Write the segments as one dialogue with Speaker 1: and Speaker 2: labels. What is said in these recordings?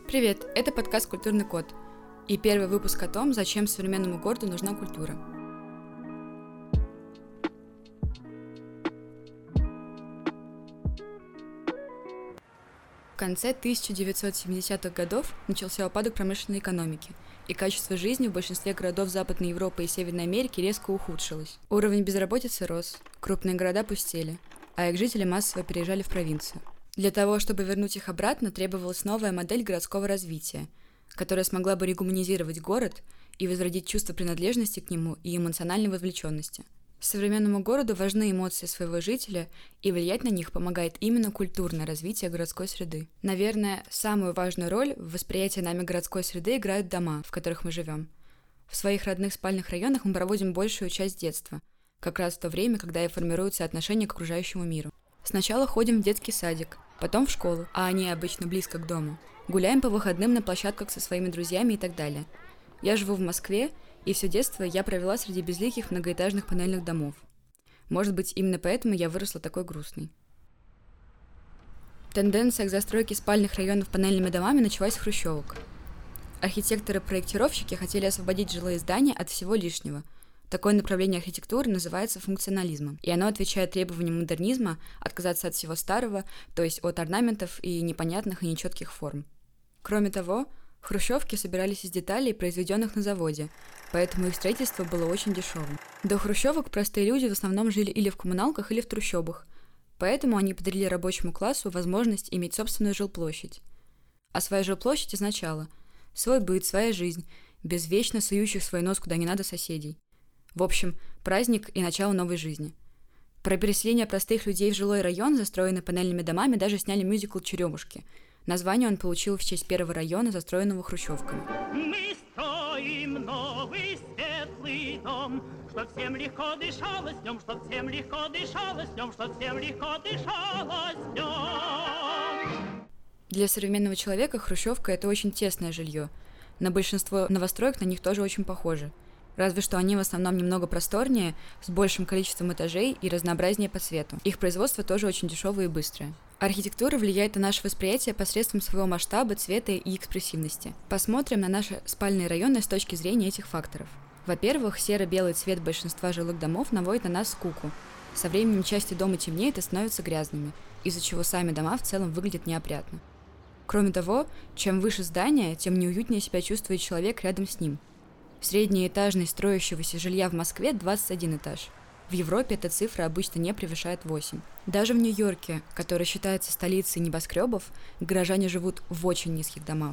Speaker 1: Привет, это подкаст «Культурный код» и первый выпуск о том, зачем современному городу нужна культура. В конце 1970-х годов начался упадок промышленной экономики, и качество жизни в большинстве городов Западной Европы и Северной Америки резко ухудшилось. Уровень безработицы рос, крупные города пустели, а их жители массово переезжали в провинцию. Для того, чтобы вернуть их обратно, требовалась новая модель городского развития, которая смогла бы регуманизировать город и возродить чувство принадлежности к нему и эмоциональной вовлеченности. Современному городу важны эмоции своего жителя, и влиять на них помогает именно культурное развитие городской среды. Наверное, самую важную роль в восприятии нами городской среды играют дома, в которых мы живем. В своих родных спальных районах мы проводим большую часть детства, как раз в то время, когда и формируется отношение к окружающему миру. Сначала ходим в детский садик, потом в школу, а они обычно близко к дому. Гуляем по выходным на площадках со своими друзьями и так далее. Я живу в Москве, и все детство я провела среди безликих многоэтажных панельных домов. Может быть, именно поэтому я выросла такой грустной. Тенденция к застройке спальных районов панельными домами началась с хрущевок. Архитекторы-проектировщики хотели освободить жилые здания от всего лишнего. Такое направление архитектуры называется функционализмом, и оно отвечает требованиям модернизма отказаться от всего старого, то есть от орнаментов и непонятных и нечетких форм. Кроме того, хрущевки собирались из деталей, произведенных на заводе, поэтому их строительство было очень дешевым. До хрущевок простые люди в основном жили или в коммуналках, или в трущобах, поэтому они подарили рабочему классу возможность иметь собственную жилплощадь. А своя жилплощадь означала свой быт, своя жизнь, без вечно сующих свой нос куда не надо соседей. В общем, праздник и начало новой жизни. Про переселение простых людей в жилой район, застроенный панельными домами, даже сняли мюзикл «Черемушки». Название он получил в честь первого района, застроенного хрущевками.
Speaker 2: Мы строим новый светлый дом, чтоб всем легко дышалось днем, чтоб всем легко дышалось днем, чтоб всем легко дышалось днем.
Speaker 1: Для современного человека хрущевка – это очень тесное жилье. На большинство новостроек на них тоже очень похожи. Разве что они в основном немного просторнее, с большим количеством этажей и разнообразнее по цвету. Их производство тоже очень дешевое и быстрое. Архитектура влияет на наше восприятие посредством своего масштаба, цвета и экспрессивности. Посмотрим на наши спальные районы с точки зрения этих факторов. Во-первых, серо-белый цвет большинства жилых домов наводит на нас скуку. Со временем части дома темнеют и становятся грязными, из-за чего сами дома в целом выглядят неопрятно. Кроме того, чем выше здание, тем неуютнее себя чувствует человек рядом с ним. Среднеэтажность строящегося жилья в Москве 21 этаж. В Европе эта цифра обычно не превышает 8. Даже в Нью-Йорке, который считается столицей небоскребов, горожане живут в очень низких домах.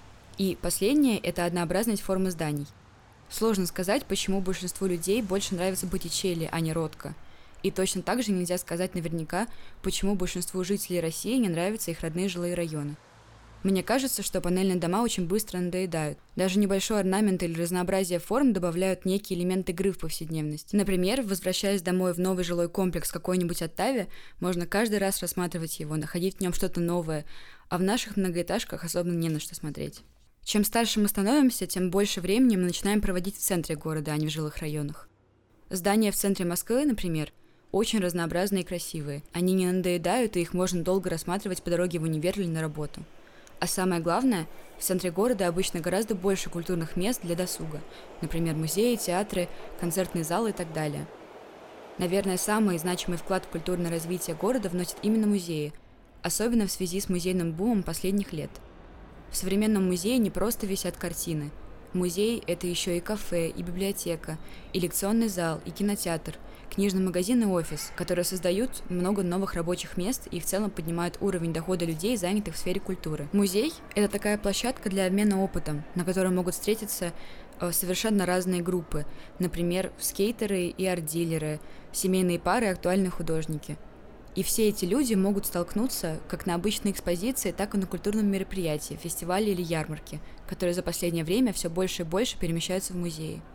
Speaker 1: И последнее – это однообразность формы зданий. Сложно сказать, почему большинству людей больше нравится Боттичелли, а не Ротко. И точно так же нельзя сказать наверняка, почему большинству жителей России не нравятся их родные жилые районы. Мне кажется, что панельные дома очень быстро надоедают. Даже небольшой орнамент или разнообразие форм добавляют некий элемент игры в повседневность. Например, возвращаясь домой в новый жилой комплекс какой-нибудь Оттаве, можно каждый раз рассматривать его, находить в нем что-то новое, а в наших многоэтажках особенно не на что смотреть. Чем старше мы становимся, тем больше времени мы начинаем проводить в центре города, а не в жилых районах. Здания в центре Москвы, например, очень разнообразные и красивые. Они не надоедают, и их можно долго рассматривать по дороге в универ или на работу. А самое главное, в центре города обычно гораздо больше культурных мест для досуга, например, музеи, театры, концертные залы и так далее. Наверное, самый значимый вклад в культурное развитие города вносят именно музеи, особенно в связи с музейным бумом последних лет. В современном музее не просто висят картины. Музей – это еще и кафе, и библиотека, и лекционный зал, и кинотеатр, книжный магазин и офис, которые создают много новых рабочих мест и в целом поднимают уровень дохода людей, занятых в сфере культуры. Музей – это такая площадка для обмена опытом, на которой могут встретиться совершенно разные группы, например, скейтеры и арт-дилеры, семейные пары и актуальные художники. И все эти люди могут столкнуться как на обычной экспозиции, так и на культурном мероприятии, фестивале или ярмарке, которые за последнее время все больше и больше перемещаются в музеи.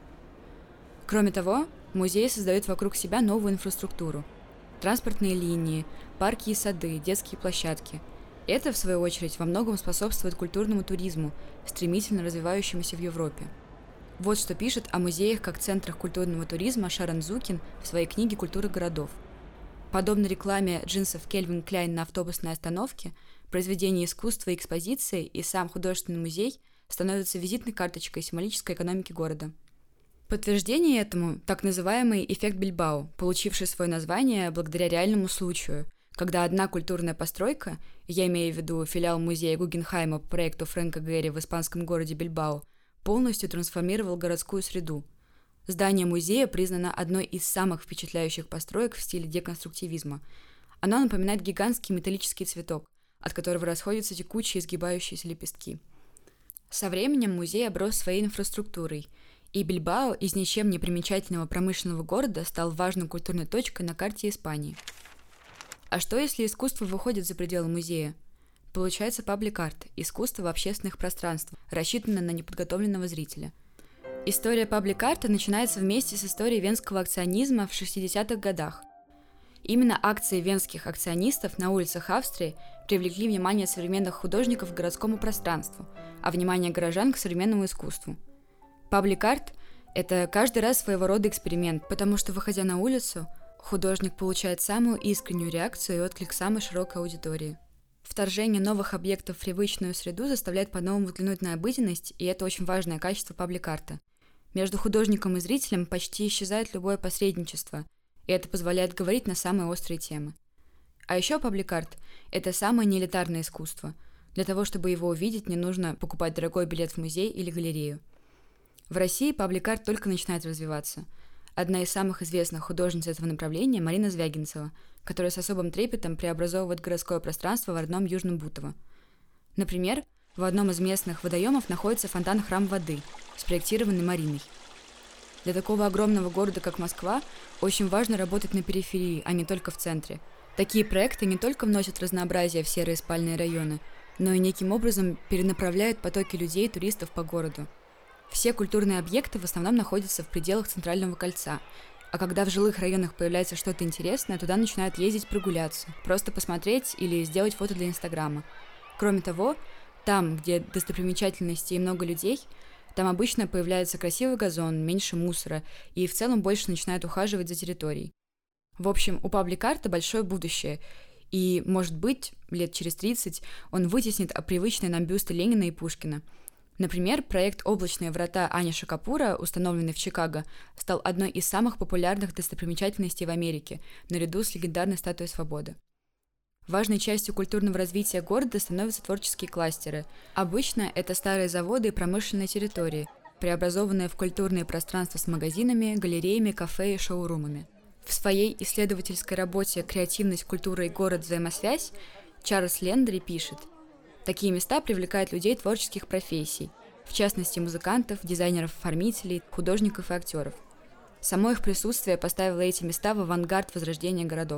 Speaker 1: Кроме того, музей создает вокруг себя новую инфраструктуру. Транспортные линии, парки и сады, детские площадки. Это, в свою очередь, во многом способствует культурному туризму, стремительно развивающемуся в Европе. Вот что пишет о музеях как центрах культурного туризма Шарон Зукин в своей книге «Культура городов». Подобно рекламе джинсов Calvin Klein на автобусной остановке, произведения искусства и экспозиции, и сам художественный музей становятся визитной карточкой символической экономики города. Подтверждение этому – так называемый эффект Бильбао, получивший свое название благодаря реальному случаю, когда одна культурная постройка, я имею в виду филиал музея Гугенхайма по проекту Фрэнка Гэри в испанском городе Бильбао, полностью трансформировал городскую среду. Здание музея признано одной из самых впечатляющих построек в стиле деконструктивизма. Оно напоминает гигантский металлический цветок, от которого расходятся текучие изгибающиеся лепестки. Со временем музей оброс своей инфраструктурой, и Бильбао из ничем не примечательного промышленного города стал важной культурной точкой на карте Испании. А что, если искусство выходит за пределы музея? Получается паблик-арт – искусство в общественных пространствах, рассчитанное на неподготовленного зрителя. История паблик-арта начинается вместе с историей венского акционизма в 60-х годах. Именно акции венских акционистов на улицах Австрии привлекли внимание современных художников к городскому пространству, а внимание горожан к современному искусству. Паблик-арт – это каждый раз своего рода эксперимент, потому что, выходя на улицу, художник получает самую искреннюю реакцию и отклик самой широкой аудитории. Вторжение новых объектов в привычную среду заставляет по-новому взглянуть на обыденность, и это очень важное качество паблик-арта. Между художником и зрителем почти исчезает любое посредничество, и это позволяет говорить на самые острые темы. А еще паблик-арт – это самое неэлитарное искусство. Для того, чтобы его увидеть, не нужно покупать дорогой билет в музей или галерею. В России паблик-арт только начинает развиваться. Одна из самых известных художниц этого направления – Марина Звягинцева, которая с особым трепетом преобразовывает городское пространство в родном Южном Бутово. Например, в одном из местных водоемов находится фонтан «Храм воды», спроектированный Мариной. Для такого огромного города, как Москва, очень важно работать на периферии, а не только в центре. Такие проекты не только вносят разнообразие в серые спальные районы, но и неким образом перенаправляют потоки людей и туристов по городу. Все культурные объекты в основном находятся в пределах Центрального кольца, а когда в жилых районах появляется что-то интересное, туда начинают ездить прогуляться, просто посмотреть или сделать фото для Инстаграма. Кроме того, там, где достопримечательности и много людей, там обычно появляется красивый газон, меньше мусора, и в целом больше начинают ухаживать за территорией. В общем, у паблик-арта большое будущее, и, может быть, лет через 30 он вытеснит привычные нам бюсты Ленина и Пушкина. Например, проект «Облачные врата» Аниша Капура, установленный в Чикаго, стал одной из самых популярных достопримечательностей в Америке, наряду с легендарной статуей свободы. Важной частью культурного развития города становятся творческие кластеры. Обычно это старые заводы и промышленные территории, преобразованные в культурные пространства с магазинами, галереями, кафе и шоурумами. В своей исследовательской работе «Креативность, культура и город. Взаимосвязь» Чарльз Лендри пишет: такие места привлекают людей творческих профессий, в частности музыкантов, дизайнеров-оформителей, художников и актеров. Само их присутствие поставило эти места в авангард возрождения городов.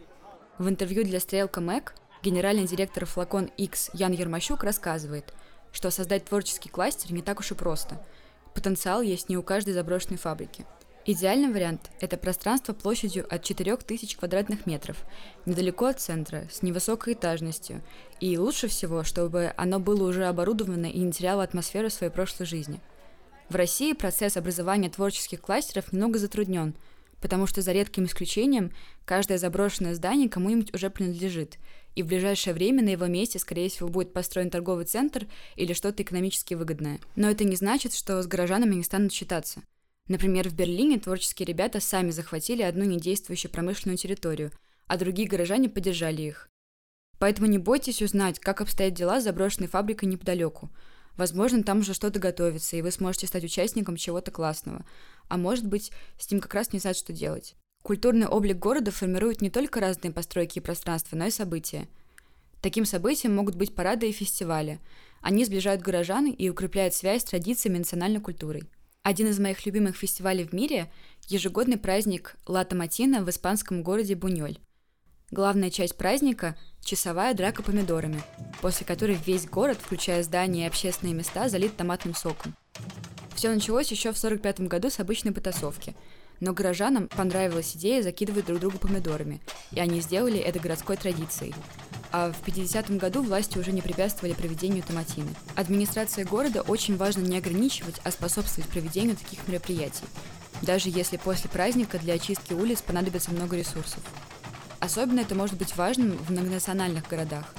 Speaker 1: В интервью для Стрелка Мэг генеральный директор Flacon X Ян Ермощук рассказывает, что создать творческий кластер не так уж и просто. Потенциал есть не у каждой заброшенной фабрики. Идеальный вариант – это пространство площадью от 4000 квадратных метров, недалеко от центра, с невысокой этажностью, и лучше всего, чтобы оно было уже оборудовано и не теряло атмосферу своей прошлой жизни. В России процесс образования творческих кластеров немного затруднен, потому что за редким исключением каждое заброшенное здание кому-нибудь уже принадлежит, и в ближайшее время на его месте, скорее всего, будет построен торговый центр или что-то экономически выгодное. Но это не значит, что с горожанами не станут считаться. Например, в Берлине творческие ребята сами захватили одну недействующую промышленную территорию, а другие горожане поддержали их. Поэтому не бойтесь узнать, как обстоят дела с заброшенной фабрикой неподалеку. Возможно, там уже что-то готовится, и вы сможете стать участником чего-то классного. А может быть, с ним как раз не знать, что делать. Культурный облик города формирует не только разные постройки и пространства, но и события. Таким событием могут быть парады и фестивали. Они сближают горожан и укрепляют связь с традициями и национальной культурой. Один из моих любимых фестивалей в мире – ежегодный праздник Ла Томатина в испанском городе Буньоль. Главная часть праздника – часовая драка помидорами, после которой весь город, включая здания и общественные места, залит томатным соком. Все началось еще в 1945 году с обычной потасовки, но горожанам понравилась идея закидывать друг друга помидорами, и они сделали это городской традицией. А в 1950 году власти уже не препятствовали проведению томатины. Администрации города очень важно не ограничивать, а способствовать проведению таких мероприятий, даже если после праздника для очистки улиц понадобится много ресурсов. Особенно это может быть важным в многонациональных городах.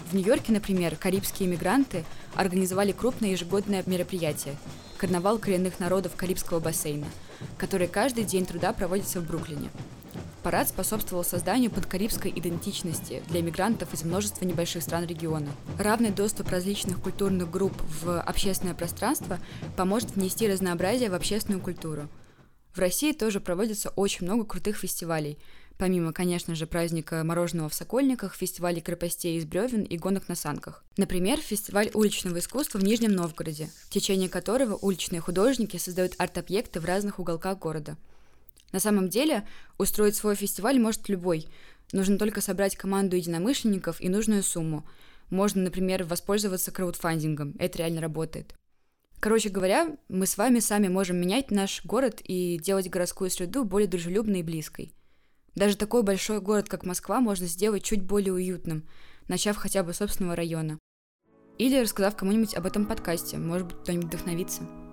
Speaker 1: В Нью-Йорке, например, карибские мигранты организовали крупное ежегодное мероприятие – карнавал коренных народов Карибского бассейна, который каждый день труда проводится в Бруклине. Парад способствовал созданию подкарибской идентичности для мигрантов из множества небольших стран региона. Равный доступ различных культурных групп в общественное пространство поможет внести разнообразие в общественную культуру. В России тоже проводится очень много крутых фестивалей. Помимо, конечно же, праздника мороженого в Сокольниках, фестивалей крепостей из бревен и гонок на санках. Например, фестиваль уличного искусства в Нижнем Новгороде, в течение которого уличные художники создают арт-объекты в разных уголках города. На самом деле, устроить свой фестиваль может любой. Нужно только собрать команду единомышленников и нужную сумму. Можно, например, воспользоваться краудфандингом. Это реально работает. Короче говоря, мы с вами сами можем менять наш город и делать городскую среду более дружелюбной и близкой. Даже такой большой город, как Москва, можно сделать чуть более уютным, начав хотя бы с собственного района. Или рассказав кому-нибудь об этом подкасте, может быть, кто-нибудь вдохновится.